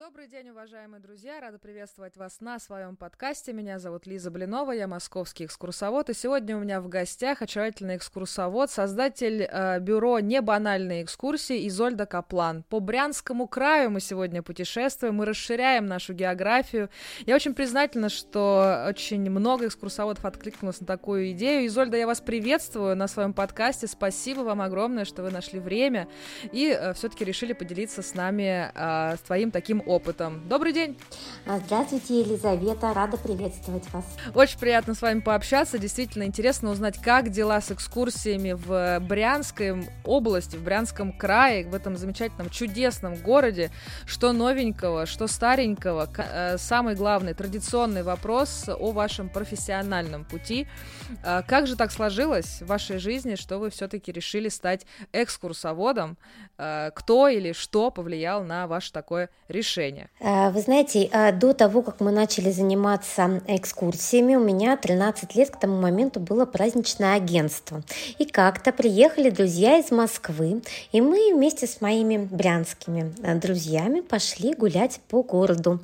Добрый день, уважаемые друзья! Рада приветствовать вас на своем подкасте. Меня зовут Лиза Блинова, я московский экскурсовод. И сегодня у меня в гостях очаровательный экскурсовод, создатель бюро «Небанальные экскурсии» Изольда Каплан. По Брянскому краю мы сегодня путешествуем, мы расширяем нашу географию. Я очень признательна, что очень много экскурсоводов откликнулось на такую идею. Изольда, я вас приветствую на своем подкасте. Спасибо вам огромное, что вы нашли время и все-таки решили поделиться с нами своим таким опытом. Добрый день! Здравствуйте, Елизавета, рада приветствовать вас. Очень приятно с вами пообщаться, действительно интересно узнать, как дела с экскурсиями в Брянской области, в Брянском крае, в этом замечательном, чудесном городе, что новенького, что старенького. Самый главный, традиционный вопрос о вашем профессиональном пути. Как же так сложилось в вашей жизни, что вы все-таки решили стать экскурсоводом? Кто или что повлиял на ваше такое решение? Вы знаете, до того, как мы начали заниматься экскурсиями, у меня 13 лет к тому моменту было праздничное агентство. И как-то приехали друзья из Москвы, и мы вместе с моими брянскими друзьями пошли гулять по городу.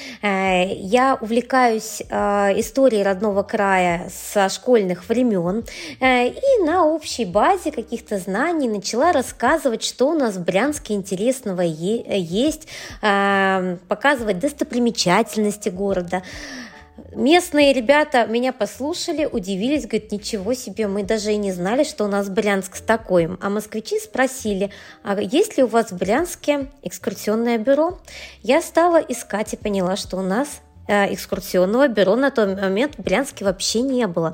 Я увлекаюсь историей родного края со школьных времен, и на общей базе каких-то знаний начала рассказывать, что у нас в Брянске интересного есть, показывать достопримечательности города. Местные ребята меня послушали, удивились, говорят, ничего себе, мы даже и не знали, что у нас Брянск такой. А москвичи спросили, а есть ли у вас в Брянске экскурсионное бюро? Я стала искать и поняла, что у нас экскурсионного бюро на тот момент в Брянске вообще не было.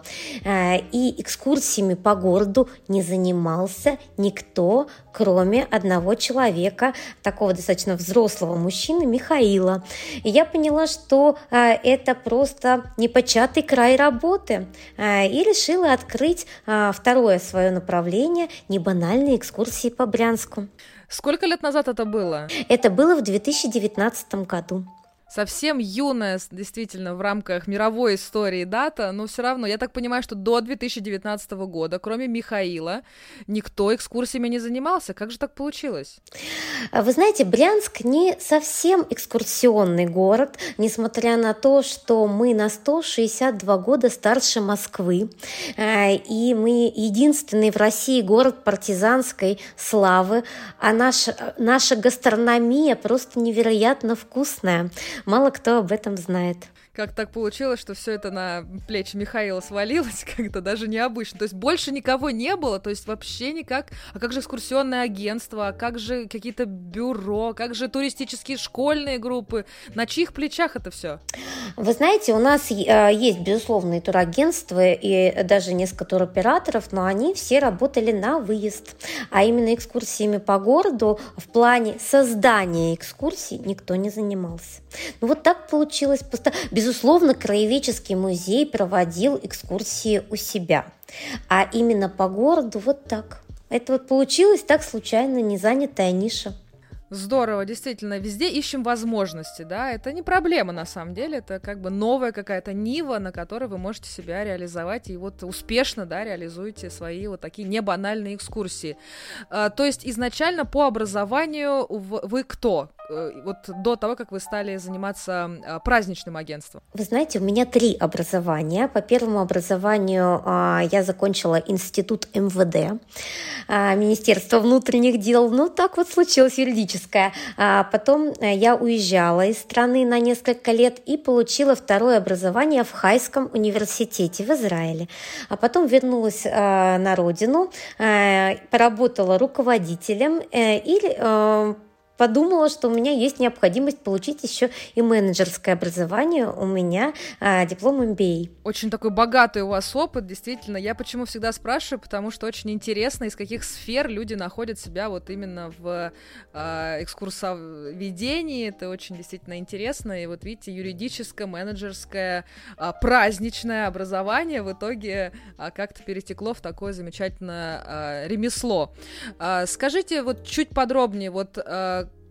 И экскурсиями по городу не занимался никто, кроме одного человека, такого достаточно взрослого мужчины, Михаила. И я поняла, что это просто непочатый край работы. И решила открыть второе свое направление – небанальные экскурсии по Брянску. Сколько лет назад это было? Это было в 2019 году. Совсем юная, действительно, в рамках мировой истории дата, но все равно, я так понимаю, что до 2019 года, кроме Михаила, никто экскурсиями не занимался. Как же так получилось? Вы знаете, Брянск не совсем экскурсионный город, несмотря на то, что мы на 162 года старше Москвы, и мы единственный в России город партизанской славы, а наша гастрономия просто невероятно вкусная. Мало кто об этом знает. Как так получилось, что все это на плечи Михаила свалилось, как-то даже необычно. То есть больше никого не было, то есть вообще никак. А как же экскурсионное агентство, а как же какие-то бюро, как же туристические школьные группы? На чьих плечах это все? Вы знаете, у нас есть, безусловно, и турагентства, и даже несколько туроператоров, но они все работали на выезд. А именно экскурсиями по городу в плане создания экскурсий никто не занимался. Ну вот так получилось. Безусловно, краеведческий музей проводил экскурсии у себя. А именно по городу вот так. Это вот получилось так случайно, незанятая ниша. Здорово, действительно, везде ищем возможности, да, это не проблема на самом деле, это как бы новая какая-то нива, на которой вы можете себя реализовать, и вот успешно, да, реализуете свои вот такие небанальные экскурсии. То есть изначально по образованию вы кто? Вот до того, как вы стали заниматься праздничным агентством? Вы знаете, у меня 3 образования. По первому образованию я закончила институт МВД, Министерство внутренних дел. Ну, так вот случилось, юридическое. Потом я уезжала из страны на несколько лет и получила второе образование в Хайском университете в Израиле. А потом вернулась на родину, поработала руководителем и подумала, что у меня есть необходимость получить еще и менеджерское образование. У меня диплом MBA. Очень такой богатый у вас опыт, действительно. Я почему всегда спрашиваю, потому что очень интересно, из каких сфер люди находят себя вот именно в экскурсоведении. Это очень действительно интересно. И вот видите, юридическое, менеджерское, праздничное образование в итоге как-то перетекло в такое замечательное ремесло. Скажите вот чуть подробнее, вот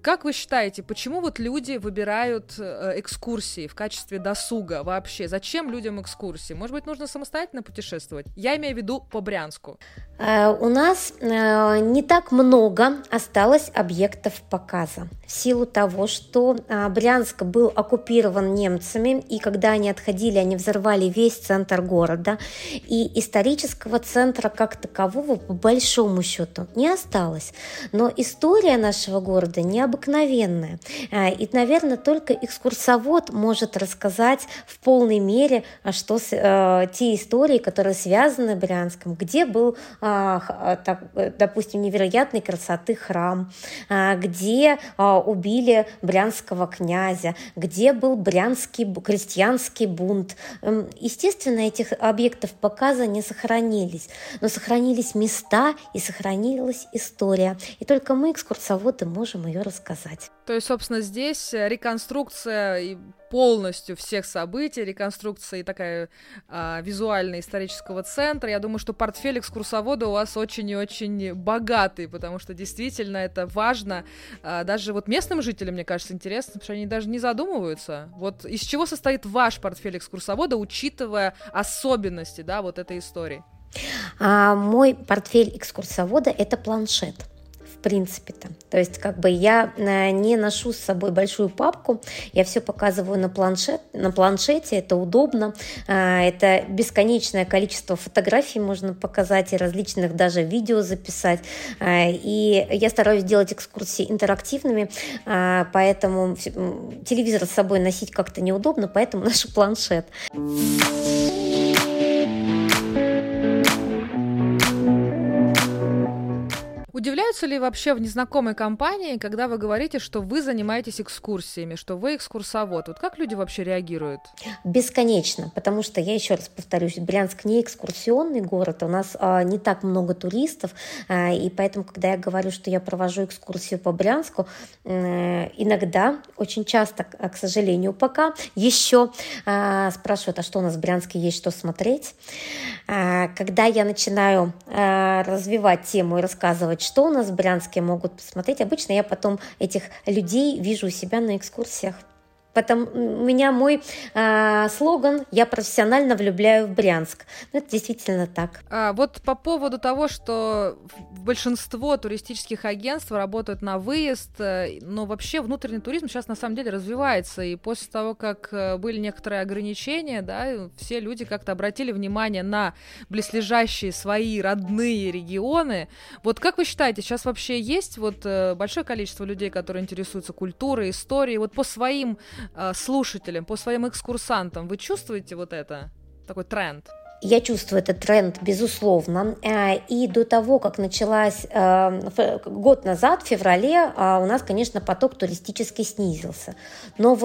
как вы считаете, почему вот люди выбирают экскурсии в качестве досуга вообще? Зачем людям экскурсии? Может быть, нужно самостоятельно путешествовать? Я имею в виду по Брянску. У нас не так много осталось объектов показа в силу того, что Брянск был оккупирован немцами, и когда они отходили, они взорвали весь центр города, и исторического центра как такового по большому счету не осталось. Но история нашего города необыкновенная, и, наверное, только экскурсовод может рассказать в полной мере, что те истории, которые связаны с Брянском, где был, допустим, невероятной красоты храм, где убили брянского князя, где был брянский крестьянский бунт. Естественно, этих объектов показа не сохранились, но сохранились места и сохранилась история. И только мы, экскурсоводы, можем ее рассказать. То есть, собственно, здесь реконструкция полностью всех событий, реконструкция и такая визуальная исторического центра. Я думаю, что портфель экскурсовода у вас очень и очень богатый, потому что действительно это важно. Даже вот местным жителям, мне кажется, интересно, потому что они даже не задумываются. Вот из чего состоит ваш портфель экскурсовода, учитывая особенности, да, вот этой истории? Мой портфель экскурсовода – это планшет. В принципе-то. То есть я не ношу с собой большую папку, я все показываю на планшете, это удобно, это бесконечное количество фотографий можно показать и различных даже видео записать, и я стараюсь делать экскурсии интерактивными, поэтому телевизор с собой носить как-то неудобно, поэтому ношу планшет. Удивляются ли вообще в незнакомой компании, когда вы говорите, что вы занимаетесь экскурсиями, что вы экскурсовод? Вот как люди вообще реагируют? Бесконечно, потому что, я еще раз повторюсь, Брянск не экскурсионный город, у нас не так много туристов, и поэтому, когда я говорю, что я провожу экскурсию по Брянску, иногда, очень часто, к сожалению, пока еще спрашивают, а что у нас в Брянске есть, что смотреть. Когда я начинаю развивать тему и рассказывать, что у нас в Брянске могут посмотреть, обычно я потом этих людей вижу у себя на экскурсиях. У меня мой слоган «Я профессионально влюбляю в Брянск». Это действительно так. Вот по поводу того, что большинство туристических агентств работают на выезд, но вообще внутренний туризм сейчас на самом деле развивается, и после того, как были некоторые ограничения, да, все люди как-то обратили внимание на близлежащие свои родные регионы. Вот как вы считаете, сейчас вообще есть большое количество людей, которые интересуются культурой, историей, вот по своим слушателям, по своим экскурсантам, вы чувствуете вот это, такой тренд? Я чувствую этот тренд, безусловно. И до того, как началась год назад, в феврале, у нас, конечно, поток туристический снизился. Но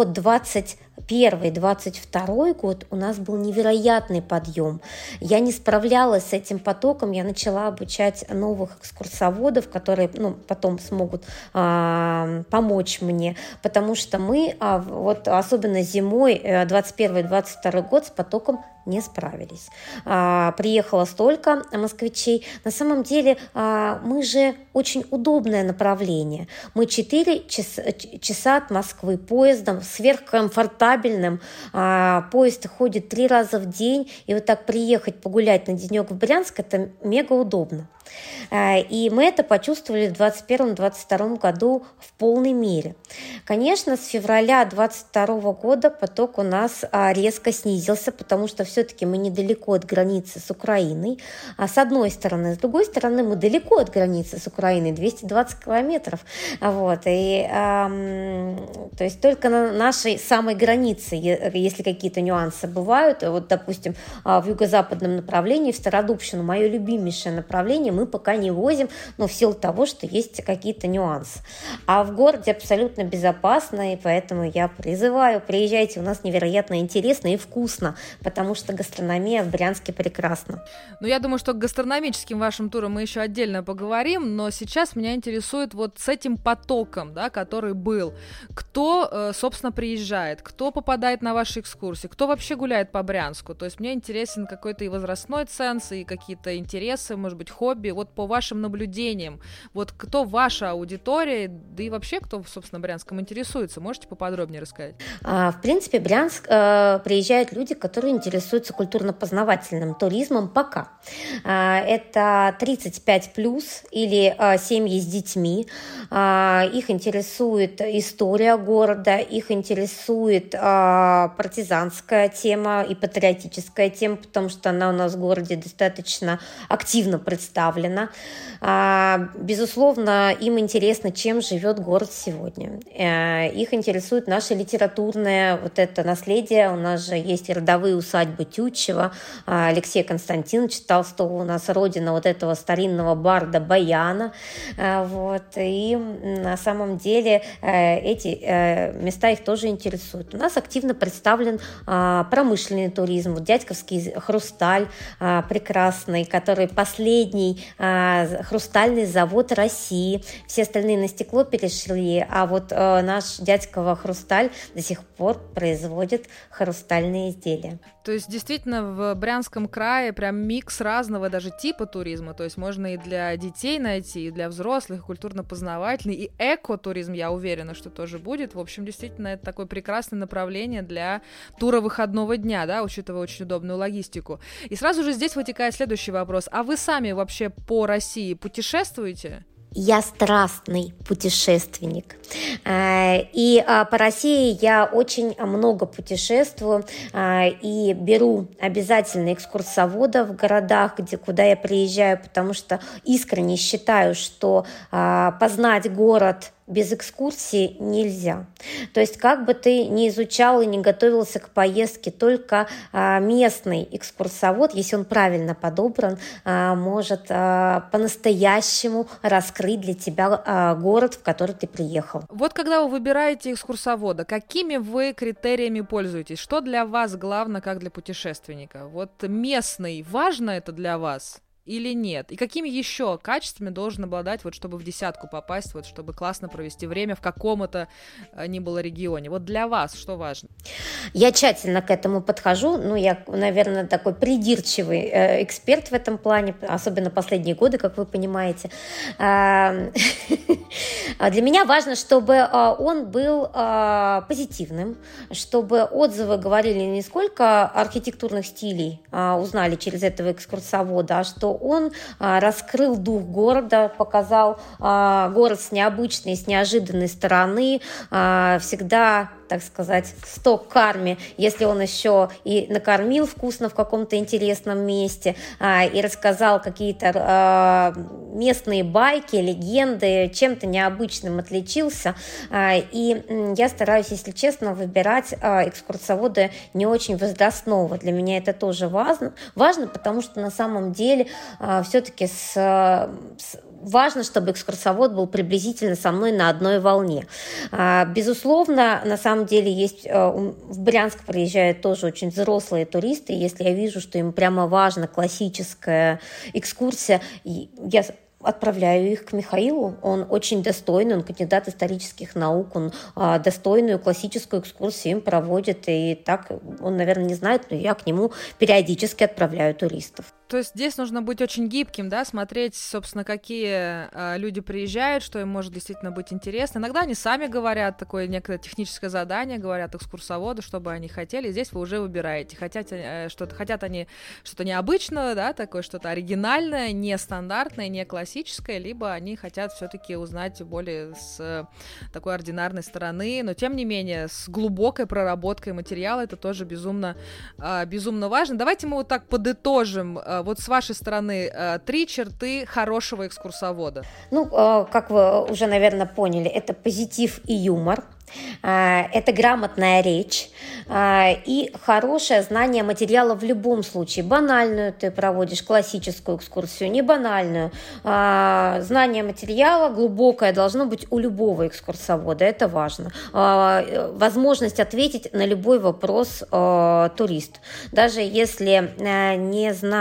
21-22 год у нас был невероятный подъем. Я не справлялась с этим потоком, я начала обучать новых экскурсоводов, которые потом смогут помочь мне, потому что мы, особенно зимой, 21-22 год, с потоком не справились. Приехало столько москвичей. На самом деле мы же очень удобное направление. Мы 4 часа от Москвы поездом, сверхкомфортабельным. Поезд ходит 3 раза в день. И вот так приехать погулять на денек в Брянск, это мега удобно. И мы это почувствовали в 2021-2022 году в полной мере. Конечно, с февраля 2022 года поток у нас резко снизился, потому что все-таки мы недалеко от границы с Украиной, с одной стороны. С другой стороны, мы далеко от границы с Украиной, 220 километров. То есть только на нашей самой границе, если какие-то нюансы бывают, допустим, в юго-западном направлении, в Стародубщину, мое любимейшее направление, мы пока не возим, но в силу того, что есть какие-то нюансы. А в городе абсолютно безопасно, и поэтому я призываю, приезжайте, у нас невероятно интересно и вкусно, потому что гастрономия в Брянске прекрасна. Я думаю, что к гастрономическим вашим турам мы еще отдельно поговорим, но сейчас меня интересует с этим потоком, да, который был. Кто, собственно, приезжает, кто попадает на ваши экскурсии, кто вообще гуляет по Брянску? То есть мне интересен какой-то и возрастной ценз, и какие-то интересы, может быть, хобби. или вот по вашим наблюдениям, вот кто ваша аудитория, да и вообще кто, собственно, Брянском интересуется? Можете поподробнее рассказать? В принципе, в Брянск приезжают люди, которые интересуются культурно-познавательным туризмом пока. Это 35+ или семьи с детьми. Их интересует история города, их интересует партизанская тема и патриотическая тема, потому что она у нас в городе достаточно активно представлена. Безусловно, им интересно, чем живет город сегодня. Их интересует наше литературное вот это наследие. У нас же есть и родовые усадьбы Тютчева, Алексея Константиновича Толстого, у нас родина вот этого старинного барда Баяна. Вот. И на самом деле эти места их тоже интересуют. У нас активно представлен промышленный туризм. Вот Дядьковский хрусталь прекрасный, который последний хрустальный завод России. Все остальные на стекло перешли, а вот наш Дядьково хрусталь до сих пор производит хрустальные изделия. То есть действительно в Брянском крае прям микс разного даже типа туризма, то есть можно и для детей найти, и для взрослых, и культурно-познавательный, и экотуризм, я уверена, что тоже будет. В общем, действительно, это такое прекрасное направление для тура выходного дня, да, учитывая очень удобную логистику. И сразу же здесь вытекает следующий вопрос. А вы сами вообще по России путешествуете? Я страстный путешественник. И по России я очень много путешествую и беру обязательно экскурсовода в городах, куда я приезжаю, потому что искренне считаю, что познать город без экскурсии нельзя. То есть как бы ты ни изучал и не готовился к поездке, только местный экскурсовод, если он правильно подобран, может по-настоящему раскрыть для тебя город, в который ты приехал. Вот когда вы выбираете экскурсовода, какими вы критериями пользуетесь? Что для вас главное, как для путешественника? Вот местный, важно это для вас? Или нет? И какими еще качествами должен обладать, вот, чтобы в десятку попасть, вот, чтобы классно провести время в каком-то ни было регионе? Вот для вас что важно? Я тщательно к этому подхожу. Ну, я, наверное, такой придирчивый эксперт в этом плане, особенно последние годы, как вы понимаете. Для меня важно, чтобы он был позитивным, чтобы отзывы говорили не сколько архитектурных стилей узнали через этого экскурсовода, а что он раскрыл дух города, показал город с необычной, с неожиданной стороны, всегда, так сказать, сток карме, если он еще и накормил вкусно в каком-то интересном месте и рассказал какие-то местные байки, легенды, чем-то необычным отличился. И я стараюсь, если честно, выбирать экскурсовода не очень возрастного. Для меня это тоже важно, потому что на самом деле все-таки важно, чтобы экскурсовод был приблизительно со мной на одной волне. Безусловно, на самом деле есть в Брянск приезжают тоже очень взрослые туристы. Если я вижу, что им прямо важна классическая экскурсия, я отправляю их к Михаилу. Он очень достойный, он кандидат исторических наук, он достойную классическую экскурсию им проводит. И так он, наверное, не знает, но я к нему периодически отправляю туристов. То есть здесь нужно быть очень гибким, да, смотреть, собственно, какие люди приезжают, что им может действительно быть интересно. Иногда они сами говорят, такое некое техническое задание, говорят экскурсоводу, что бы они хотели. Здесь вы уже выбираете. Хотят они что-то необычное, да, такое что-то оригинальное, нестандартное, не классическое, либо они хотят все-таки узнать более с такой ординарной стороны, но тем не менее с глубокой проработкой материала. Это тоже безумно важно. Давайте мы вот так подытожим. Вот с вашей стороны 3 черты хорошего экскурсовода. Ну, как вы уже, наверное, поняли, это позитив и юмор. Это грамотная речь и хорошее знание материала в любом случае. Банальную ты проводишь, классическую экскурсию, не банальную. Знание материала глубокое должно быть у любого экскурсовода, это важно. Возможность ответить на любой вопрос турист. Даже если не знает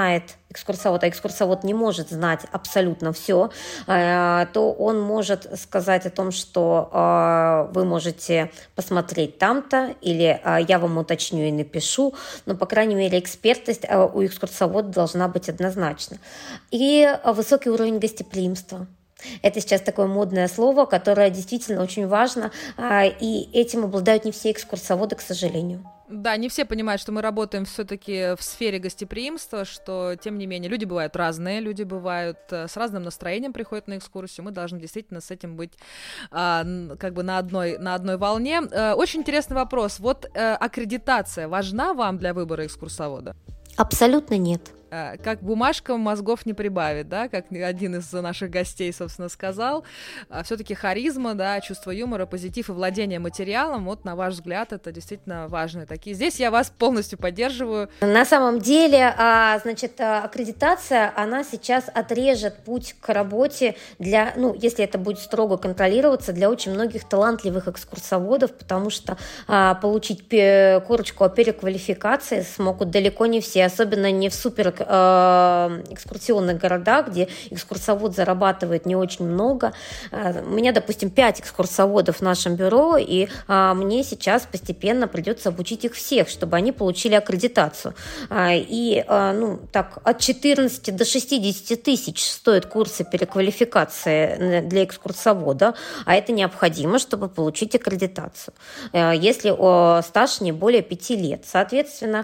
экскурсовод, а экскурсовод не может знать абсолютно все, то он может сказать о том, что вы можете посмотреть там-то, или я вам уточню и напишу, но, по крайней мере, экспертность у экскурсовода должна быть однозначно. И высокий уровень гостеприимства. Это сейчас такое модное слово, которое действительно очень важно, и этим обладают не все экскурсоводы, к сожалению. Да, не все понимают, что мы работаем все-таки в сфере гостеприимства, что, тем не менее, люди бывают разные, люди бывают с разным настроением приходят на экскурсию, мы должны действительно с этим быть как бы на одной волне. Очень интересный вопрос. Вот аккредитация важна вам для выбора экскурсовода? Абсолютно нет. Как бумажка мозгов не прибавит, да, как один из наших гостей, собственно, сказал. Все-таки харизма, да, чувство юмора, позитив и владение материалом, вот, на ваш взгляд, это действительно важные такие. Здесь я вас полностью поддерживаю. На самом деле, значит, аккредитация, она сейчас отрежет путь к работе для, если это будет строго контролироваться, для очень многих талантливых экскурсоводов, потому что получить корочку о переквалификации смогут далеко не все, особенно не в супер экскурсионных городах, где экскурсовод зарабатывает не очень много. У меня, допустим, 5 экскурсоводов в нашем бюро, и мне сейчас постепенно придется обучить их всех, чтобы они получили аккредитацию. И от 14 до 60 тысяч стоят курсы переквалификации для экскурсовода, а это необходимо, чтобы получить аккредитацию, если стаж не более 5 лет. Соответственно,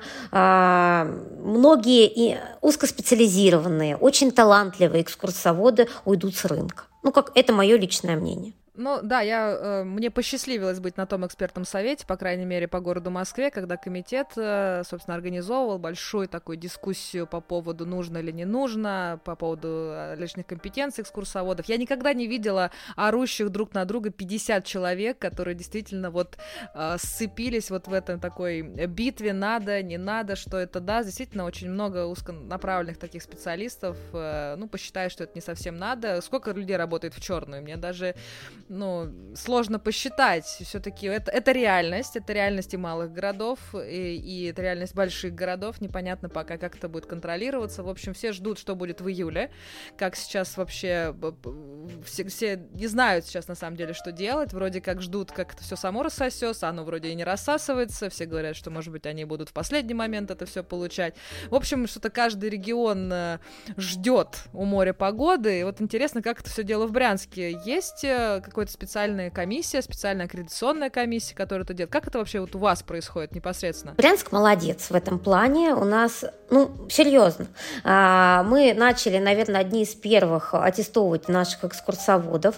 многие и узкоспециализированные, очень талантливые экскурсоводы уйдут с рынка. Это мое личное мнение. Ну да, мне посчастливилось быть на том экспертном совете, по крайней мере, по городу Москве, когда комитет, собственно, организовывал большую такую дискуссию по поводу нужно или не нужно, по поводу личных компетенций экскурсоводов. Я никогда не видела орущих друг на друга 50 человек, которые действительно сцепились в этом такой битве, надо, не надо, что это даст. Действительно, очень много узконаправленных таких специалистов, посчитают, что это не совсем надо. Сколько людей работает в черную? Мне даже сложно посчитать. Все-таки это реальность и малых городов, и это реальность больших городов. Непонятно пока, как это будет контролироваться. В общем, все ждут, что будет в июле. Как сейчас вообще... Все не знают сейчас, на самом деле, что делать. Вроде как ждут, как это все само рассосется. Оно вроде и не рассасывается. Все говорят, что, может быть, они будут в последний момент это все получать. В общем, что-то каждый регион ждет у моря погоды. И вот интересно, как это все дело в Брянске. Есть какая-то специальная комиссия, специальная аккредитационная комиссия, которая это делает. Как это вообще у вас происходит непосредственно? Брянск молодец в этом плане. У нас, серьезно. Мы начали, наверное, одни из первых аттестовывать наших экскурсоводов.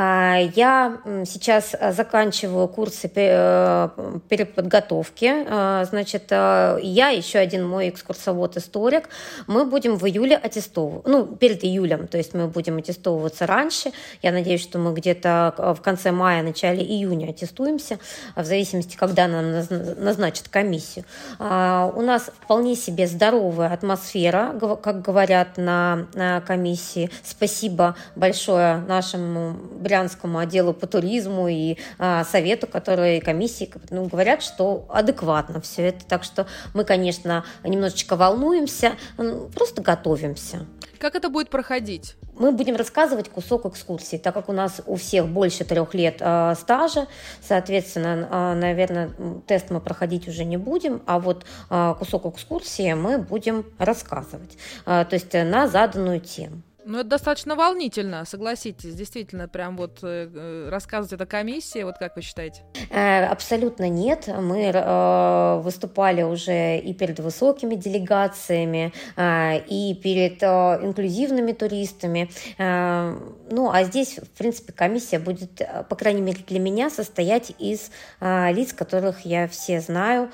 Я сейчас заканчиваю курсы переподготовки. Значит, я, еще один мой экскурсовод-историк. Мы будем в июле аттестовывать. Перед июлем, то есть мы будем аттестовываться раньше. Я надеюсь, что мы где-то в конце мая, начале июня аттестуемся, в зависимости, когда нам назначат комиссию. У нас вполне себе здоровая атмосфера, как говорят на комиссии. Спасибо большое нашему брянскому отделу по туризму и совету, которые комиссии говорят, что адекватно все это. Так что мы, конечно, немножечко волнуемся, просто готовимся. Как это будет проходить? Мы будем рассказывать кусок экскурсии, так как у нас у всех больше 3 лет стажа, соответственно, наверное, тест мы проходить уже не будем, а вот кусок экскурсии мы будем рассказывать, то есть на заданную тему. Это достаточно волнительно, согласитесь, действительно, прям рассказывать это комиссии, как вы считаете? Абсолютно нет. Мы выступали уже и перед высокими делегациями, и перед инклюзивными туристами. А здесь, в принципе, комиссия будет, по крайней мере, для меня состоять из лиц, которых я все знаю,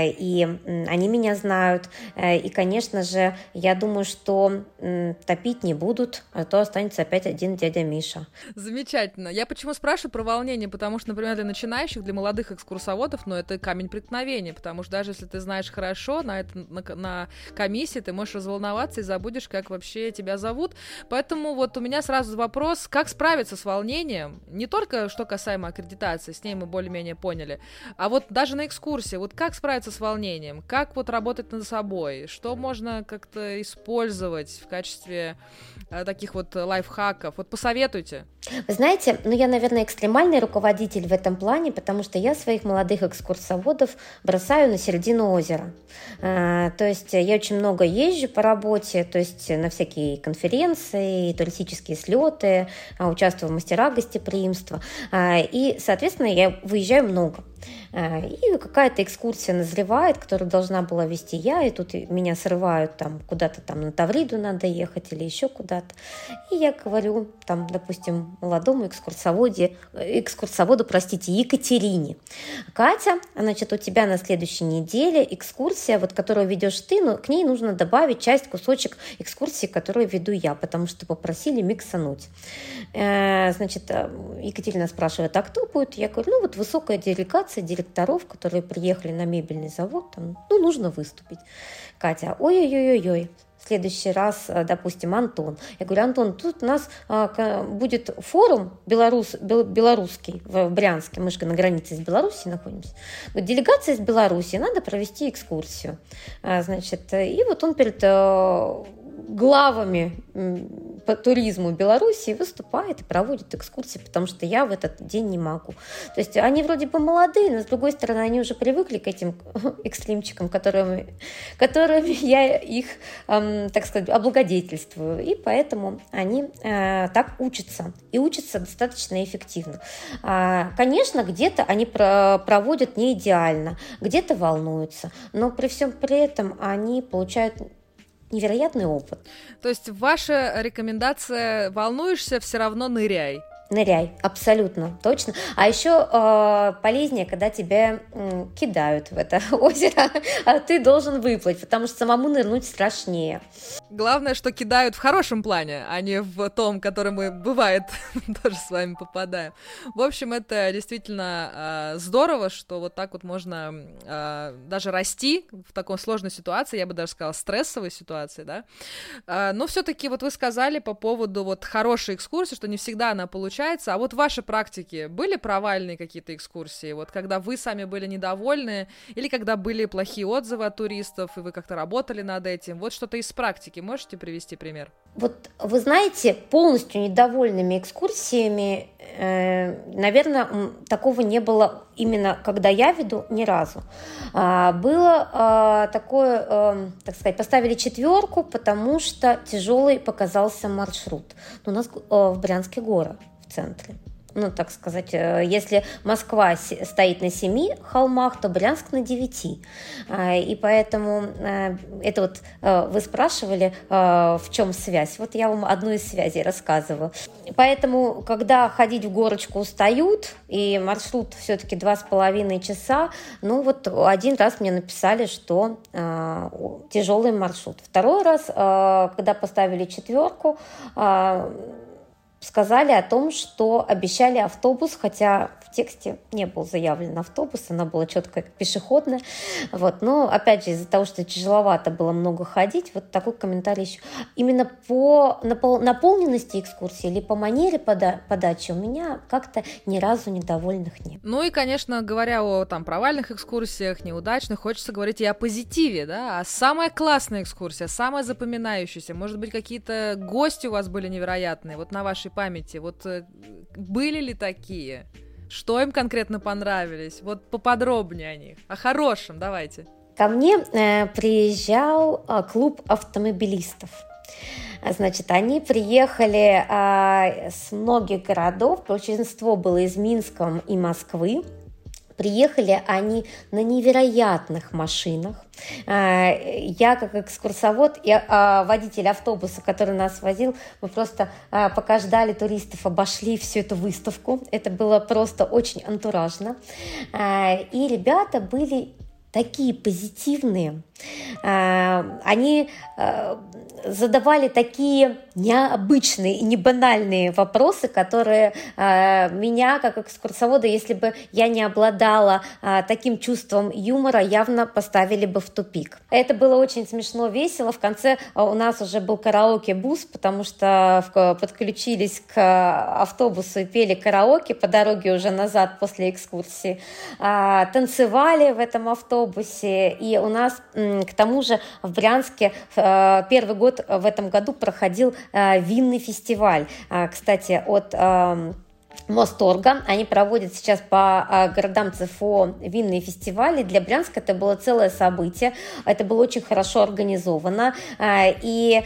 и они меня знают. И, конечно же, я думаю, что топить не будут, а то останется опять один дядя Миша. Замечательно. Я почему спрашиваю про волнение, потому что, например, для начинающих, для молодых экскурсоводов, это камень преткновения, потому что даже если ты знаешь хорошо, на комиссии ты можешь разволноваться и забудешь, как вообще тебя зовут. Поэтому вот у меня сразу вопрос, как справиться с волнением, не только что касаемо аккредитации, с ней мы более-менее поняли, а вот даже на экскурсии, вот как справиться с волнением, как вот работать над собой, что можно как-то использовать в качестве таких вот лайфхаков, вот посоветуйте. Вы знаете, я, наверное, экстремальный руководитель в этом плане, потому что я своих молодых экскурсоводов бросаю на середину озера. То есть я очень много езжу по работе, то есть на всякие конференции, туристические слеты, участвую в мастерах гостеприимства, и, соответственно, я выезжаю много. И какая-то экскурсия назревает, которую должна была вести я, и тут меня срывают куда-то на Тавриду надо ехать или еще куда-то. И я говорю, допустим, молодому экскурсоводу, Екатерине: Катя, значит, у тебя на следующей неделе экскурсия, которую ведешь ты, но к ней нужно добавить кусочек экскурсии, которую веду я, потому что попросили миксануть. Значит, Екатерина спрашивает: а кто будет? Я говорю, высокая делегация директоров, которые приехали на мебельный завод, нужно выступить. Катя: ой-ой-ой-ой. В следующий раз, допустим, Антон. Я говорю: Антон, тут у нас будет форум белорусский в Брянске. Мы же на границе с Белоруссией находимся. Делегация из Беларуси, надо провести экскурсию. Значит, и он перед главами по туризму Беларуси выступает и проводит экскурсии, потому что я в этот день не могу. То есть они вроде бы молодые, но с другой стороны они уже привыкли к этим экстримчикам, которыми я их, так сказать, облагодетельствую. И поэтому они так учатся. И учатся достаточно эффективно. Конечно, где-то они проводят не идеально, где-то волнуются, но при всем при этом они получают невероятный опыт. То есть ваша рекомендация: волнуешься, все равно ныряй. Ныряй, абсолютно, точно. А еще полезнее, когда тебя кидают в это озеро, а ты должен выплыть, потому что самому нырнуть страшнее. Главное, что кидают в хорошем плане, а не в том, который мы, бывает, тоже с вами попадаем. В общем, это действительно здорово, что вот так вот можно даже расти в такой сложной ситуации, я бы даже сказала, стрессовой ситуации, да. Но все-таки вот вы сказали по поводу вот хорошей экскурсии, что не всегда она получается. А вот в вашей практике были провальные какие-то экскурсии? Вот когда вы сами были недовольны, или когда были плохие отзывы от туристов, и вы как-то работали над этим? Вот что-то из практики можете привести пример? Вот вы знаете, полностью недовольными экскурсиями, наверное, такого не было именно когда я веду ни разу. Было такое, так сказать, поставили 4, потому что тяжелый показался маршрут. У нас в Брянске горы в центре. Так сказать, если Москва стоит на 7 холмах, то Брянск на 9. И поэтому это вот вы спрашивали, в чем связь. Вот я вам одну из связей рассказываю. Поэтому, когда ходить в горочку устают, и маршрут все-таки 2,5 часа, один раз мне написали, что тяжелый маршрут. Второй раз, когда поставили 4, сказали о том, что обещали автобус, хотя в тексте не был заявлен автобус, она была четко пешеходная. Но, опять же, из-за того, что тяжеловато было много ходить, вот такой комментарий еще. Именно по наполненности экскурсии или по манере подачи у меня как-то ни разу недовольных нет. И, конечно, говоря о провальных экскурсиях, неудачных, хочется говорить и о позитиве, да? А самая классная экскурсия, самая запоминающаяся, может быть, какие-то гости у вас были невероятные, вот на вашей памяти, вот были ли такие? Что им конкретно понравились? Вот поподробнее о них. О хорошем давайте. Ко мне приезжал клуб автомобилистов. Значит, они приехали с многих городов, большинство было из Минска и Москвы. Приехали они на невероятных машинах. Я, как экскурсовод и водитель автобуса, который нас возил, мы просто пока ждали туристов, обошли всю эту выставку. Это было просто очень антуражно. И ребята были такие позитивные. Они задавали такие необычные и небанальные вопросы, которые меня, как экскурсовода, если бы я не обладала таким чувством юмора, явно поставили бы в тупик. Это было очень смешно, весело. В конце у нас уже был караоке-бус, потому что подключились к автобусу и пели караоке по дороге уже назад после экскурсии. Танцевали в этом автобусе, и у нас к тому же в Брянске первый год в этом году проходил винный фестиваль. Кстати, от Мосторга. Они проводят сейчас по городам ЦФО винные фестивали. Для Брянска это было целое событие. Это было очень хорошо организовано. И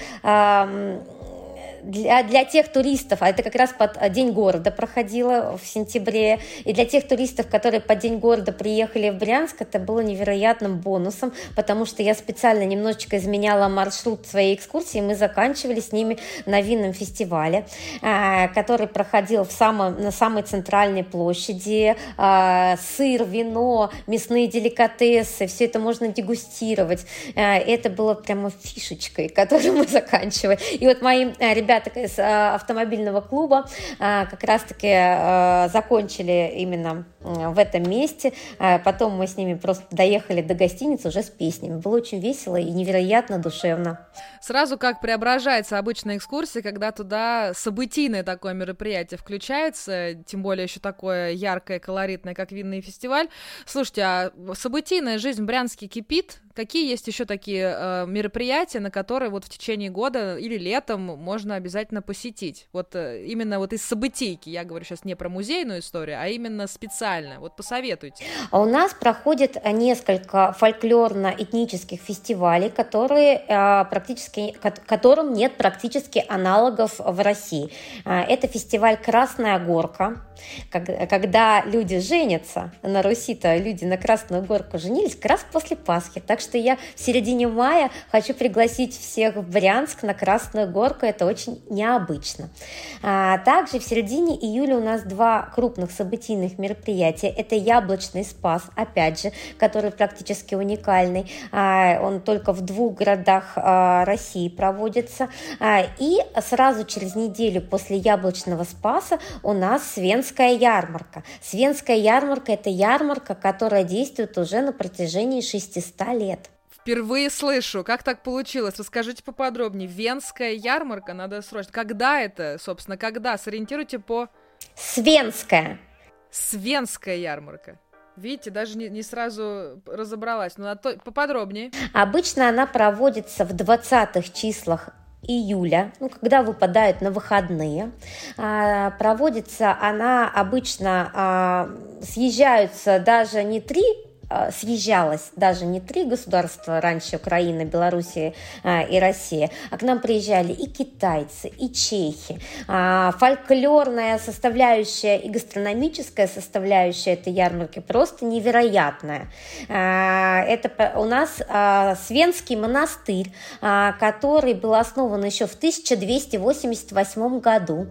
для тех туристов, а это как раз под День города проходило в сентябре, и для тех туристов, которые под День города приехали в Брянск, это было невероятным бонусом, потому что я специально немножечко изменяла маршрут своей экскурсии, и мы заканчивали с ними на винном фестивале, который проходил на самой центральной площади. Сыр, вино, мясные деликатесы, все это можно дегустировать. Это было прямо фишечкой, которую мы заканчивали. И вот мои ребята из автомобильного клуба как раз-таки закончили именно в этом месте. Потом мы с ними просто доехали до гостиницы уже с песнями. Было очень весело и невероятно душевно. Сразу как преображается обычная экскурсия, когда туда событийное такое мероприятие включается, тем более еще такое яркое, колоритное, как винный фестиваль. Слушайте, а событийная жизнь в Брянске кипит? Какие есть еще такие мероприятия, на которые вот в течение года или летом можно обязательно посетить? Вот именно вот из событийки, я говорю сейчас не про музейную историю, а именно специально. Вот посоветуйте. У нас проходит несколько фольклорно-этнических фестивалей, которым нет практически аналогов в России. Это фестиваль «Красная горка», когда люди женятся. На Руси-то люди на Красную горку женились как раз после Пасхи. Так что я в середине мая хочу пригласить всех в Брянск на Красную горку. Это очень необычно. Также в середине июля у нас два крупных событийных мероприятия. Это Яблочный Спас, опять же, который практически уникальный. Он только в 2 городах России проводится. И сразу через неделю после Яблочного Спаса у нас Свенская ярмарка. Свенская ярмарка – это ярмарка, которая действует уже на протяжении 600 лет. Впервые слышу. Как так получилось? Расскажите поподробнее. Венская ярмарка, надо срочно. Когда это, собственно, когда? Сориентируйте по... Свенская ярмарка. Видите, даже не сразу разобралась. Но поподробнее. Обычно она проводится в 20-х числах июля, когда выпадают на выходные. Проводится она обычно, съезжаются даже не съезжалось даже не 3 государства раньше, Украина, Белоруссия и Россия, а к нам приезжали и китайцы, и чехи. Фольклорная составляющая и гастрономическая составляющая этой ярмарки просто невероятная. Это у нас Свенский монастырь, который был основан еще в 1288 году.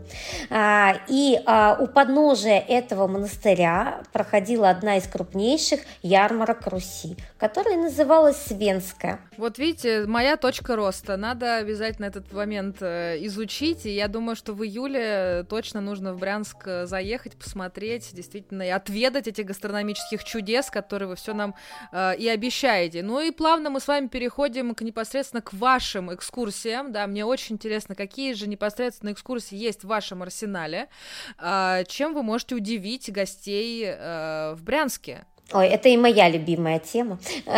И у подножия этого монастыря проходила одна из крупнейших ярмарок Руси, которая называлась Свенская. Вот видите, моя точка роста. Надо обязательно этот момент изучить, и я думаю, что в июле точно нужно в Брянск заехать, посмотреть, действительно, и отведать этих гастрономических чудес, которые вы все нам и обещаете. Ну и плавно мы с вами переходим непосредственно к вашим экскурсиям. Да, мне очень интересно, какие же непосредственно экскурсии есть в вашем арсенале, чем вы можете удивить гостей в Брянске. Ой, это и моя любимая тема.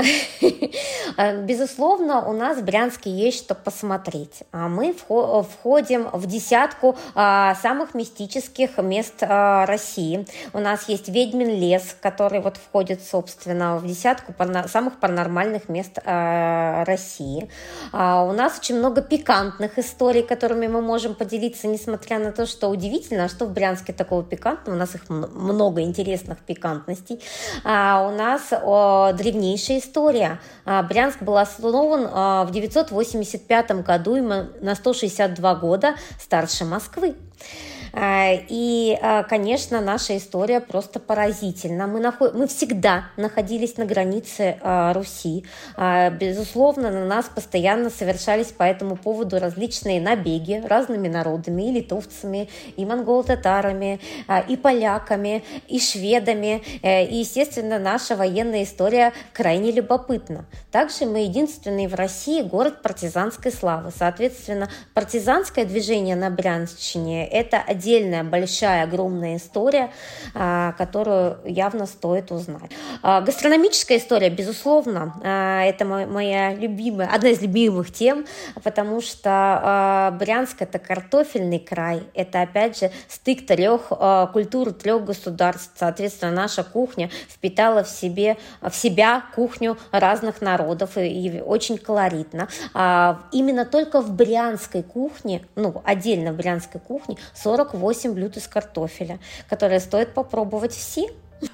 Безусловно, у нас в Брянске есть что посмотреть. Мы входим в 10 самых мистических мест России. У нас есть Ведьмин лес, который входит, собственно, в 10 самых паранормальных мест России. У нас очень много пикантных историй, которыми мы можем поделиться, несмотря на то, что удивительно, что в Брянске такого пикантного. У нас их много интересных пикантностей. У нас древнейшая история. Брянск был основан в 985 году, и мы на 162 года старше Москвы. И, конечно, наша история просто поразительна. Мы всегда находились на границе Руси. Безусловно, на нас постоянно совершались по этому поводу различные набеги разными народами, и литовцами, и монголо-татарами, и поляками, и шведами. И, естественно, наша военная история крайне любопытна. Также мы единственный в России город партизанской славы. Соответственно, партизанское движение на Брянщине – это отдельная большая, огромная история, которую явно стоит узнать. Гастрономическая история, безусловно, это моя любимая, одна из любимых тем, потому что Брянск – это картофельный край, это, опять же, стык трех культур, трех государств. Соответственно, наша кухня впитала в себя кухню разных народов и очень колоритно. Именно только в брянской кухне, отдельно в брянской кухне, 48 блюд из картофеля, которые стоит попробовать все.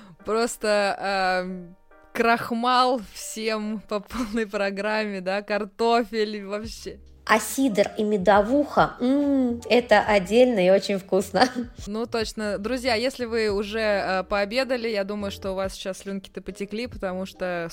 Просто крахмал всем по полной программе, да, картофель вообще. А сидр и медовуха, это отдельно и очень вкусно. Ну, точно. Друзья, если вы уже пообедали, я думаю, что у вас сейчас слюнки-то потекли, потому что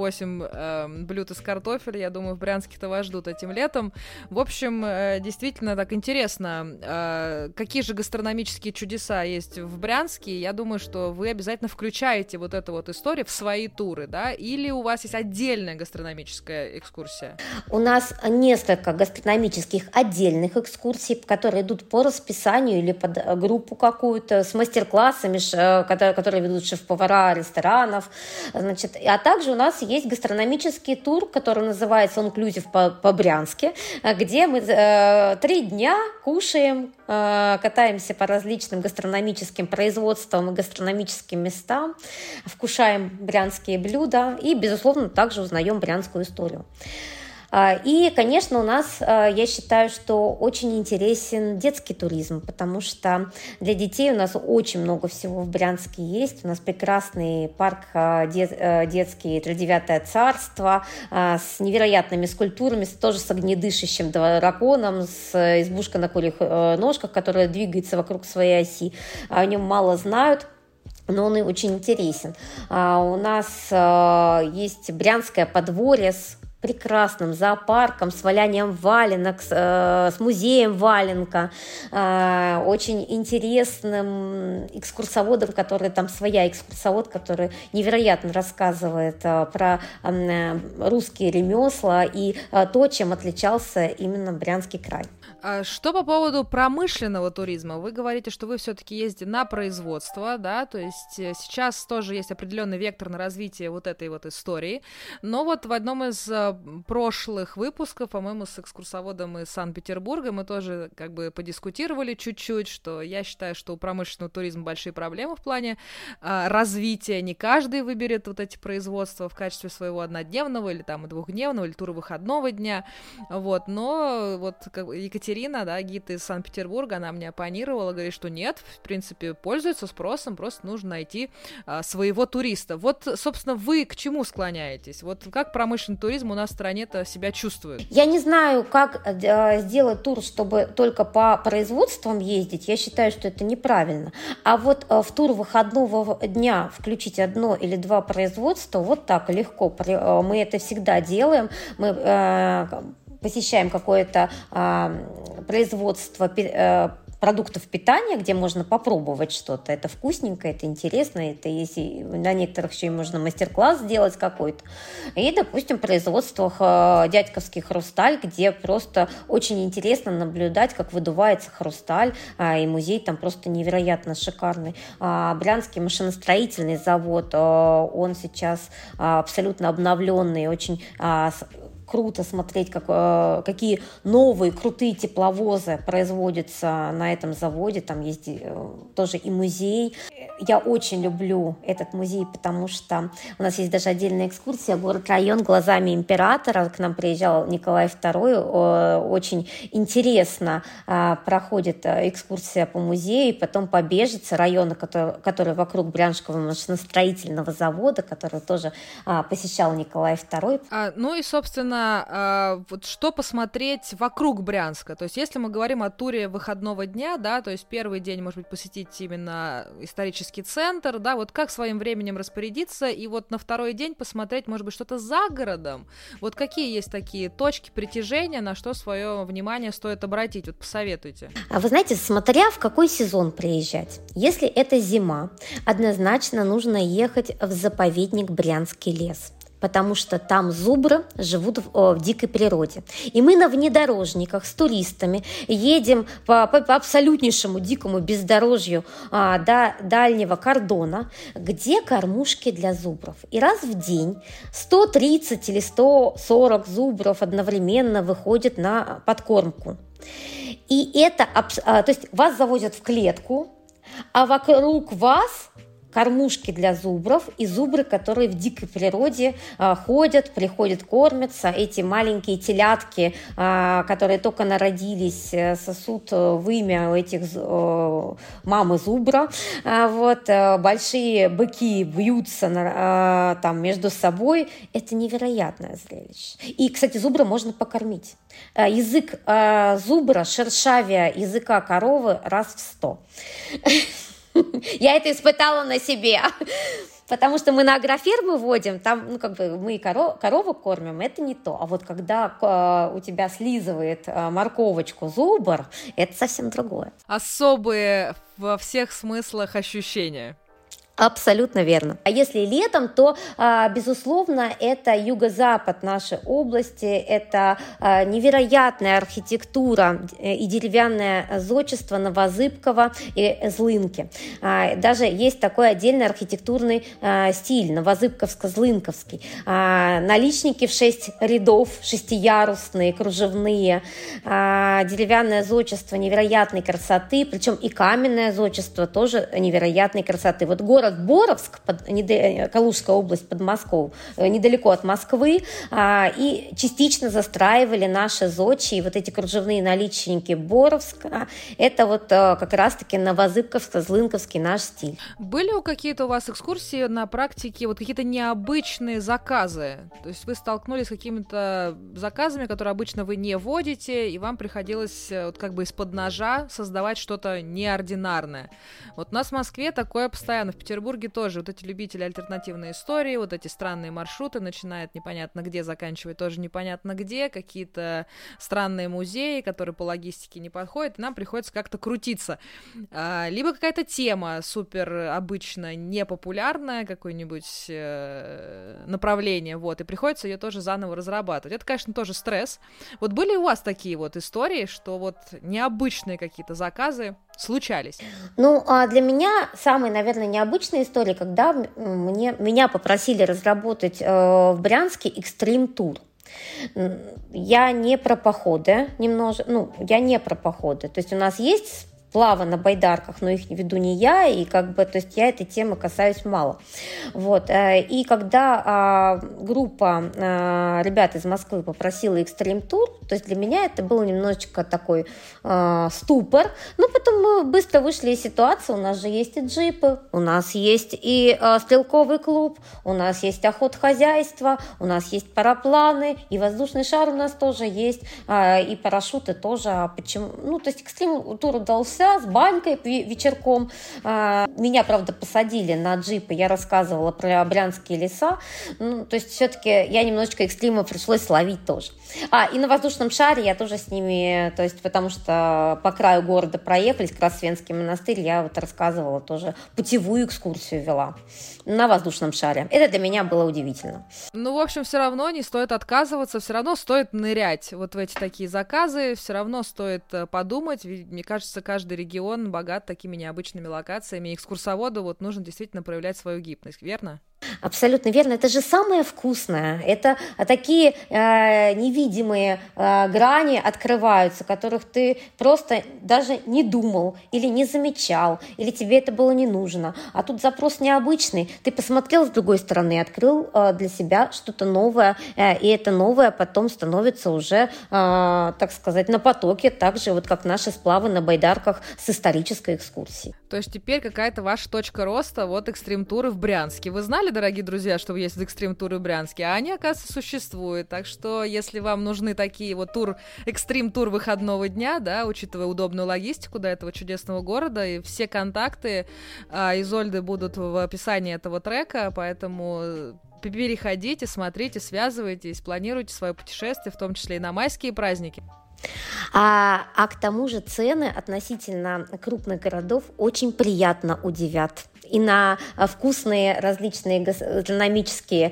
48 блюд из картофеля, я думаю, в Брянске-то вас ждут этим летом. В общем, действительно так интересно, какие же гастрономические чудеса есть в Брянске. Я думаю, что вы обязательно включаете вот эту вот историю в свои туры, да? Или у вас есть отдельная гастрономическая экскурсия? У нас несколько гастрономических отдельных экскурсий, которые идут по расписанию или под группу какую-то, с мастер-классами, которые ведут шеф-повара ресторанов. Значит, а также у нас есть гастрономический тур, который называется «Инклюзив по-брянски», где мы 3 дня кушаем, катаемся по различным гастрономическим производствам и гастрономическим местам, вкушаем брянские блюда и, безусловно, также узнаем брянскую историю. И, конечно, у нас, я считаю, что очень интересен детский туризм, потому что для детей у нас очень много всего в Брянске есть. У нас прекрасный парк детский «Тридевятое царство» с невероятными скульптурами, тоже с огнедышащим драконом, с избушкой на курьих ножках, которая двигается вокруг своей оси. О нем мало знают, но он и очень интересен. У нас есть Брянское подворье с прекрасным зоопарком, с валянием валенок, с музеем валенка, очень интересным экскурсоводом, который там своя экскурсовод, который невероятно рассказывает про русские ремесла и то, чем отличался именно Брянский край. Что по поводу промышленного туризма? Вы говорите, что вы все-таки ездите на производство, да, то есть сейчас тоже есть определенный вектор на развитие вот этой вот истории, но вот в одном из прошлых выпусков, по-моему, с экскурсоводом из Санкт-Петербурга мы тоже как бы подискутировали чуть-чуть, что я считаю, что у промышленного туризма большие проблемы в плане развития, не каждый выберет вот эти производства в качестве своего однодневного или там двухдневного или тура выходного дня, вот, но вот Екатерина, да, гид из Санкт-Петербурга, она мне оппонировала, говорит, что нет, в принципе, пользуется спросом, просто нужно найти своего туриста. Вот, собственно, вы к чему склоняетесь? Вот как промышленный туризм у нас в стране-то себя чувствует? Я не знаю, как сделать тур, чтобы только по производствам ездить. Я считаю, что это неправильно. А вот в тур выходного дня включить 1 или 2 производства, вот так легко. Мы это всегда делаем. Мы посещаем какое-то производство продуктов питания, где можно попробовать что-то. Это вкусненько, это интересно, это если на некоторых еще и можно мастер-класс сделать какой-то. И, допустим, в производствах «Дядьковский хрусталь», где просто очень интересно наблюдать, как выдувается хрусталь, и музей там просто невероятно шикарный. Брянский машиностроительный завод, он сейчас абсолютно обновленный, очень круто смотреть, какие новые крутые тепловозы производятся на этом заводе. Там есть тоже и музей. Я очень люблю этот музей, потому что у нас есть даже отдельная экскурсия «Город-район глазами императора». К нам приезжал Николай II. Очень интересно проходит экскурсия по музею, потом по Бежице, району, который вокруг Брянского машиностроительного завода, который тоже посещал Николай II. Ну и, собственно, интересно, вот что посмотреть вокруг Брянска. То есть если мы говорим о туре выходного дня, да, то есть первый день, может быть, посетить именно исторический центр, да, вот как своим временем распорядиться, и вот на второй день посмотреть, может быть, что-то за городом. Вот какие есть такие точки притяжения, на что свое внимание стоит обратить? Вот посоветуйте. А вы знаете, смотря в какой сезон приезжать. Если это зима, однозначно нужно ехать в заповедник Брянский лес, потому что там зубры живут в дикой природе. И мы на внедорожниках с туристами едем по абсолютнейшему дикому бездорожью до дальнего кордона, где кормушки для зубров. И раз в день 130 или 140 зубров одновременно выходят на подкормку. И это, то есть вас завозят в клетку, а вокруг вас кормушки для зубров и зубры, которые в дикой природе ходят, приходят, кормятся. Эти маленькие телятки, которые только народились, сосут вымя у этих мамы зубра. Вот, большие быки бьются там между собой. Это невероятное зрелище. И, кстати, зубра можно покормить. Язык зубра шершавее языка коровы раз в 100. Я это испытала на себе, потому что мы на агрофермы водим, там, мы корову кормим, это не то. А вот когда у тебя слизывает морковочку зубр, это совсем другое. Особые во всех смыслах ощущения. Абсолютно верно. А если летом, то, безусловно, это юго-запад нашей области, это невероятная архитектура и деревянное зодчество Новозыбкова и Злынки. Даже есть такой отдельный архитектурный стиль, новозыбковско-злынковский. Наличники в 6 рядов, 6-ярусные, кружевные, деревянное зодчество невероятной красоты, причем и каменное зодчество тоже невероятной красоты. Вот город Боровск, Калужская область, Подмосковье, недалеко от Москвы, и частично застраивали наши зодчие, вот эти кружевные наличники Боровска. Это вот как раз-таки новозыбковско-злынковский наш стиль. Были какие-то у вас экскурсии на практике, вот какие-то необычные заказы? То есть вы столкнулись с какими-то заказами, которые обычно вы не водите, и вам приходилось вот как бы из-под ножа создавать что-то неординарное. Вот у нас в Москве такое постоянно, в Петербурге тоже. Вот эти любители альтернативной истории, вот эти странные маршруты, начинают непонятно где, заканчивают тоже непонятно где, какие-то странные музеи, которые по логистике не подходят, и нам приходится как-то крутиться. Либо какая-то тема супер обычно непопулярная, какое-нибудь направление, вот, и приходится ее тоже заново разрабатывать. Это, конечно, тоже стресс. Вот были у вас такие вот истории, что вот необычные какие-то заказы случались? Ну, для меня самые, наверное, необычные истории, когда меня попросили разработать в Брянске экстрим-тур. Я не про походы я не про походы. То есть у нас есть сплавы на байдарках, но их веду не я, и то есть я этой темы касаюсь мало. Вот. И когда группа ребят из Москвы попросила экстрим-тур, то есть для меня это был немножечко такой ступор, но потом мы быстро вышли из ситуации, у нас же есть и джипы, у нас есть и стрелковый клуб, у нас есть охотхозяйство, у нас есть парапланы, и воздушный шар у нас тоже есть, и парашюты тоже. А почему? То есть экстрим-тур удался, с банькой вечерком. Меня, правда, посадили на джип, и я рассказывала про брянские леса. То есть все-таки я немножечко экстрима пришлось ловить тоже. И на воздушном шаре я тоже с ними, то есть потому что по краю города проехались, Красвенский монастырь, я вот рассказывала тоже, путевую экскурсию вела на воздушном шаре. Это для меня было удивительно. В общем, все равно не стоит отказываться, все равно стоит нырять вот в эти такие заказы, все равно стоит подумать, ведь, мне кажется, каждый регион богат такими необычными локациями, и экскурсоводу вот нужно действительно проявлять свою гибкость, верно? Абсолютно верно. Это же самое вкусное. Это такие невидимые грани открываются, которых ты просто даже не думал или не замечал, или тебе это было не нужно. А тут запрос необычный. Ты посмотрел с другой стороны, открыл для себя что-то новое, и это новое потом становится уже, так сказать, на потоке, так же, вот как наши сплавы на байдарках с исторической экскурсией. То есть теперь какая-то ваша точка роста, вот экстрим-туры в Брянске. Вы знали дорогие друзья, что есть экстрим-туры в Брянске, а они, оказывается, существуют. Так что, если вам нужны такие вот экстрим-тур выходного дня, да, учитывая удобную логистику до этого чудесного города, и все контакты Изольды будут в описании этого трека, поэтому переходите, смотрите, связывайтесь, планируйте свое путешествие, в том числе и на майские праздники. А к тому же цены относительно крупных городов очень приятно удивят. И на вкусные различные гастрономические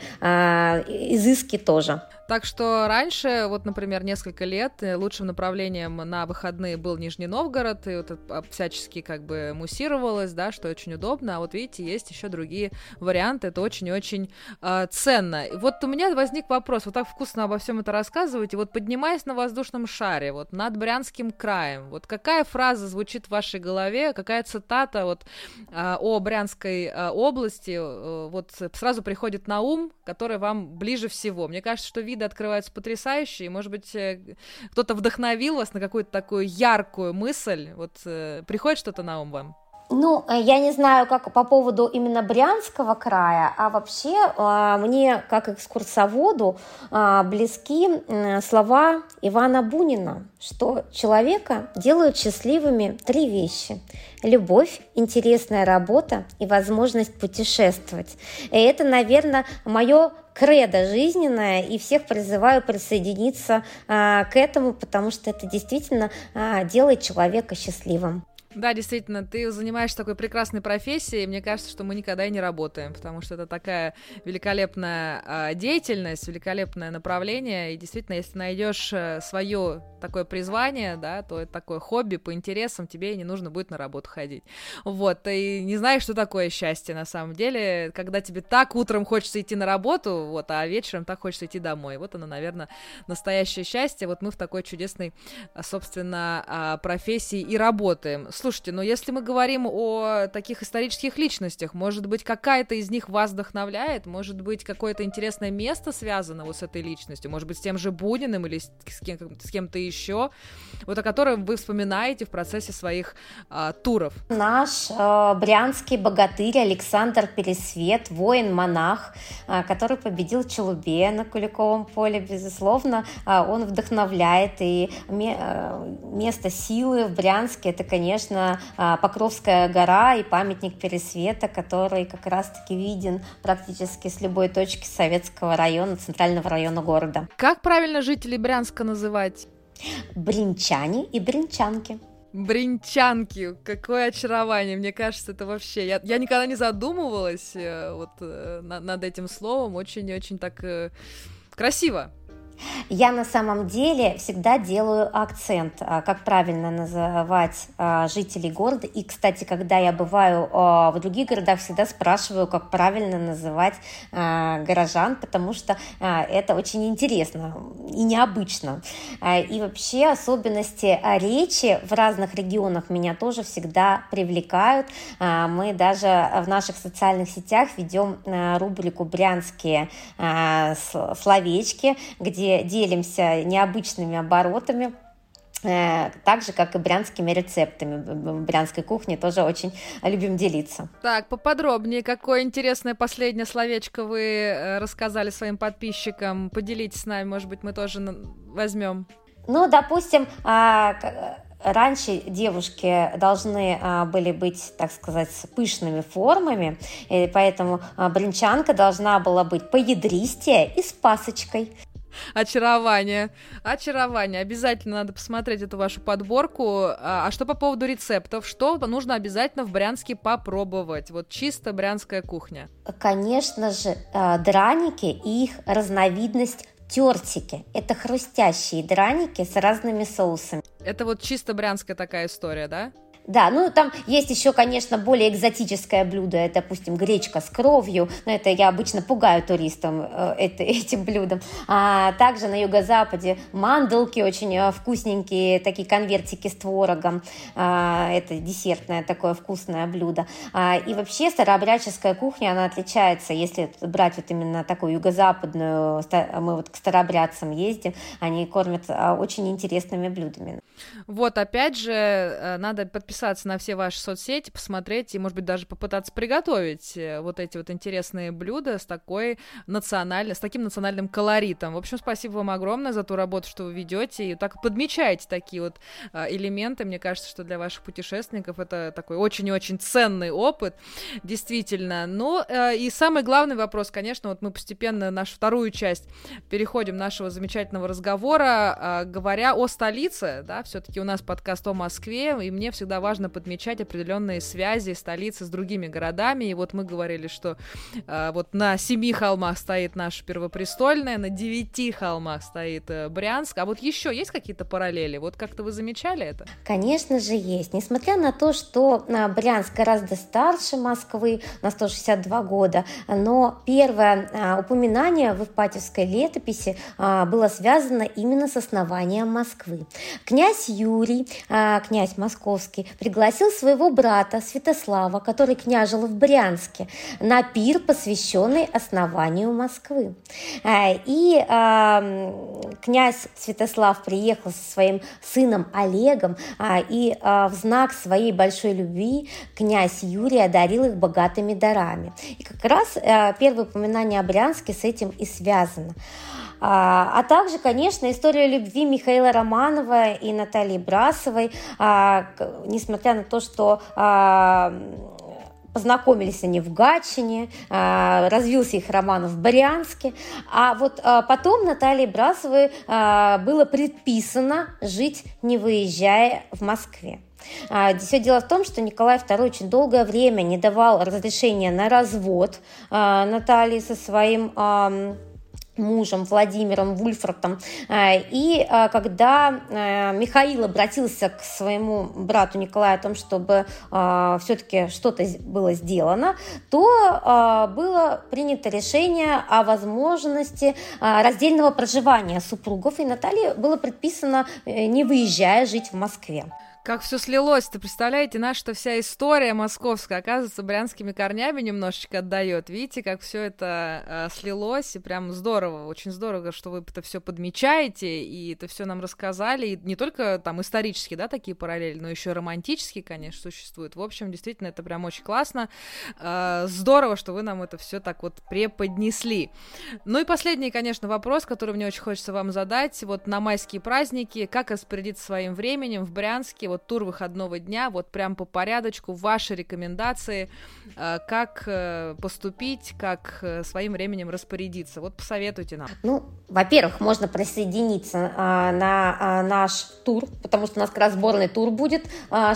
изыски тоже. Так что раньше, вот, например, несколько лет лучшим направлением на выходные был Нижний Новгород, и вот это всячески как бы муссировалось, да, что очень удобно, а вот видите, есть еще другие варианты, это очень-очень ценно. И вот у меня возник вопрос, вот так вкусно обо всем это рассказываете, вот поднимаясь на воздушном шаре, вот над Брянским краем, вот какая фраза звучит в вашей голове, какая цитата вот о Брянской области, вот сразу приходит на ум, которая вам ближе всего? Мне кажется, что виды открываются потрясающие, может быть, кто-то вдохновил вас на какую-то такую яркую мысль, вот приходит что-то на ум вам? Ну, я не знаю, как по поводу именно Брянского края, а вообще мне, как экскурсоводу, близки слова Ивана Бунина, что человека делают счастливыми 3 вещи: любовь, интересная работа и возможность путешествовать. И это, наверное, мое кредо жизненное, и всех призываю присоединиться к этому, потому что это действительно делает человека счастливым. Да, действительно, ты занимаешься такой прекрасной профессией, и мне кажется, что мы никогда и не работаем, потому что это такая великолепная деятельность, великолепное направление, и действительно, если найдешь свое такое призвание, да, то это такое хобби по интересам, тебе и не нужно будет на работу ходить. Вот, и не знаешь, что такое счастье на самом деле, когда тебе так утром хочется идти на работу, вот, а вечером так хочется идти домой. Вот оно, наверное, настоящее счастье. Вот мы в такой чудесной, собственно, профессии и работаем. Слушайте, но если мы говорим о таких исторических личностях, может быть, какая-то из них вас вдохновляет, может быть, какое-то интересное место связано вот с этой личностью, может быть, с тем же Буниным или с кем-то еще, вот о котором вы вспоминаете в процессе своих туров? Наш брянский богатырь Александр Пересвет, воин-монах, который победил Челубея на Куликовом поле, безусловно, он вдохновляет, и место силы в Брянске — это, конечно, Покровская гора и памятник Пересвета, который как раз-таки виден практически с любой точки Советского района, центрального района города. Как правильно жителей Брянска называть? Бринчане и бринчанки. Бринчанки, какое очарование, мне кажется, это вообще... Я никогда не задумывалась над этим словом, очень-очень так красиво. Я на самом деле всегда делаю акцент, как правильно называть жителей города. И, кстати, когда я бываю в других городах, всегда спрашиваю, как правильно называть горожан, потому что это очень интересно и необычно. И вообще особенности речи в разных регионах меня тоже всегда привлекают. Мы даже в наших социальных сетях ведем рубрику «Брянские словечки», где делимся необычными оборотами, так же, как и брянскими рецептами. В брянской кухне тоже очень любим делиться. Так, поподробнее, какое интересное последнее словечко вы рассказали своим подписчикам? Поделитесь с нами, может быть, мы тоже возьмем. Ну, допустим, раньше девушки должны были быть, так сказать, с пышными формами, и поэтому бринчанка должна была быть поядристее и с пасочкой. Очарование. Обязательно надо посмотреть эту вашу подборку. А что по поводу рецептов? Что нужно обязательно в Брянске попробовать? Вот чисто брянская кухня. Конечно же, драники и их разновидность тертики. Это хрустящие драники с разными соусами. Это вот чисто брянская такая история, да? Да, ну там есть еще, конечно, более экзотическое блюдо, это, допустим, гречка с кровью, но это я обычно пугаю туристам этим блюдом. А также на юго-западе мандалки очень вкусненькие, такие конвертики с творогом, это десертное такое вкусное блюдо. И вообще старообрядческая кухня, она отличается, если брать вот именно такую юго-западную, мы вот к старообрядцам ездим, они кормят очень интересными блюдами. Вот, опять же, надо подписаться подписаться на все ваши соцсети, посмотреть и, может быть, даже попытаться приготовить вот эти вот интересные блюда с таким национальным колоритом. В общем, спасибо вам огромное за ту работу, что вы ведете, и так подмечаете такие вот элементы. Мне кажется, что для ваших путешественников это такой очень и очень ценный опыт, действительно. Ну, и самый главный вопрос, конечно, вот мы постепенно нашу вторую часть переходим нашего замечательного разговора, говоря о столице, да, все-таки у нас подкаст о Москве, и мне всегда важно подмечать определенные связи столицы с другими городами, и вот мы говорили, что вот на 7 холмах стоит наша Первопрестольная, на 9 холмах стоит Брянск, а вот еще есть какие-то параллели? Вот как-то вы замечали это? Конечно же есть. Несмотря на то, что Брянск гораздо старше Москвы на 162 года, но первое упоминание в Ипатьевской летописи было связано именно с основанием Москвы. Князь Юрий, князь московский, пригласил своего брата Святослава, который княжил в Брянске, на пир, посвященный основанию Москвы. И князь Святослав приехал со своим сыном Олегом, и в знак своей большой любви князь Юрий одарил их богатыми дарами. И как раз первое упоминание о Брянске с этим и связано. А также, конечно, история любви Михаила Романова и Натальи Брасовой, несмотря на то, что познакомились они в Гатчине, развился их роман в Брянске, а вот потом Наталье Брасовой было предписано жить, не выезжая в Москве. Все дело в том, что Николай II очень долгое время не давал разрешения на развод Натальи со своим мужем Владимиром Вульфратом. И когда Михаил обратился к своему брату Николаю о том, чтобы все-таки что-то было сделано, то было принято решение о возможности раздельного проживания супругов, и Наталье было предписано, не выезжая, жить в Москве. Как все слилось-то, представляете, наша-то вся история московская, оказывается, брянскими корнями немножечко отдает. Видите, как все это слилось, и прям здорово, очень здорово, что вы это все подмечаете, и это все нам рассказали, и не только там исторические, да, такие параллели, но еще романтические, конечно, существуют. В общем, действительно, это прям очень классно. Здорово, что вы нам это все так вот преподнесли. Ну и последний, конечно, вопрос, который мне очень хочется вам задать. Вот на майские праздники, как распорядиться своим временем в Брянске, вот тур выходного дня, вот прям по порядочку, ваши рекомендации, как поступить, как своим временем распорядиться. Вот посоветуйте нам. Ну, во-первых, можно присоединиться на наш тур, потому что у нас как раз сборный тур будет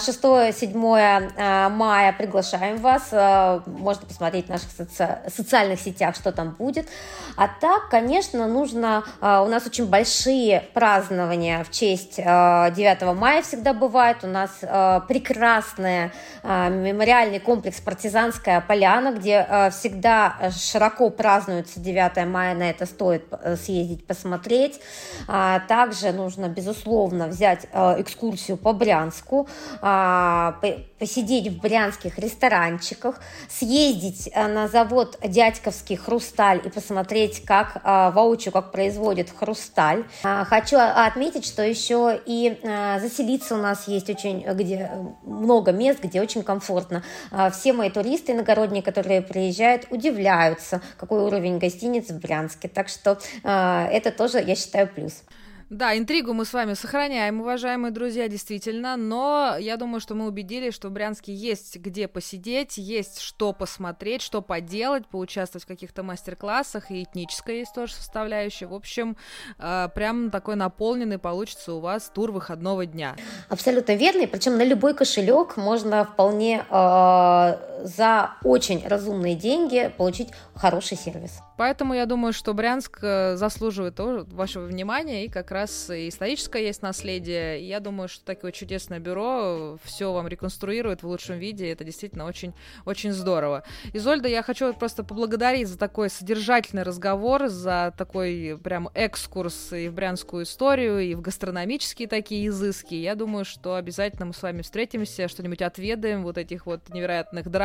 6-7 мая. Приглашаем вас. Можно посмотреть в наших социальных сетях, что там будет. А так, конечно, нужно... У нас очень большие празднования в честь 9 мая всегда бывают. У нас прекрасный мемориальный комплекс «Партизанская поляна», где всегда широко празднуется 9 мая, на это стоит съездить, посмотреть. Также нужно, безусловно, взять экскурсию по Брянску, посидеть в брянских ресторанчиках, съездить на завод «Дядьковский хрусталь» и посмотреть, как воочию, как производят хрусталь. Хочу отметить, что еще и заселиться у нас есть где много мест, где очень комфортно. Все мои туристы иногородние, которые приезжают, удивляются, какой уровень гостиниц в Брянске. Так что это тоже, я считаю, плюс. Да, интригу мы с вами сохраняем, уважаемые друзья, действительно, но я думаю, что мы убедились, что в Брянске есть где посидеть, есть что посмотреть, что поделать, поучаствовать в каких-то мастер-классах, и этническая есть тоже составляющая. В общем, прям такой наполненный получится у вас тур выходного дня. Абсолютно верно, причем на любой кошелек можно вполне за очень разумные деньги получить хороший сервис. Поэтому я думаю, что Брянск заслуживает тоже вашего внимания, и как раз и историческое есть наследие. И я думаю, что такое чудесное бюро все вам реконструирует в лучшем виде. Это действительно очень, очень здорово. Изольда, я хочу просто поблагодарить за такой содержательный разговор, за такой прям экскурс и в брянскую историю, и в гастрономические такие изыски. Я думаю, что обязательно мы с вами встретимся, что-нибудь отведаем, вот этих вот невероятных драм,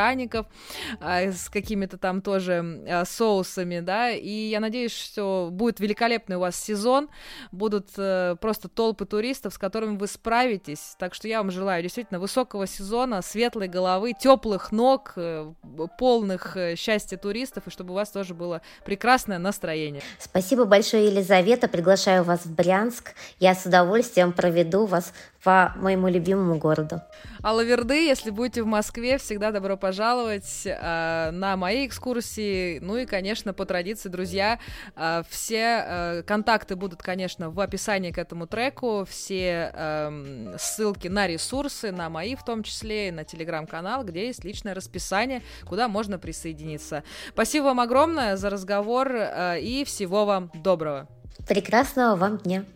пряников с какими-то там тоже соусами, да, и я надеюсь, что будет великолепный у вас сезон, будут просто толпы туристов, с которыми вы справитесь, так что я вам желаю действительно высокого сезона, светлой головы, теплых ног, полных счастья туристов, и чтобы у вас тоже было прекрасное настроение. Спасибо большое, Елизавета, приглашаю вас в Брянск, я с удовольствием проведу вас по моему любимому городу. Алаверды, если будете в Москве, всегда добро пожаловать на мои экскурсии. Ну и, конечно, по традиции, друзья, все контакты будут, конечно, в описании к этому треку, все ссылки на ресурсы, на мои в том числе, и на телеграм-канал, где есть личное расписание, куда можно присоединиться. Спасибо вам огромное за разговор и всего вам доброго. Прекрасного вам дня.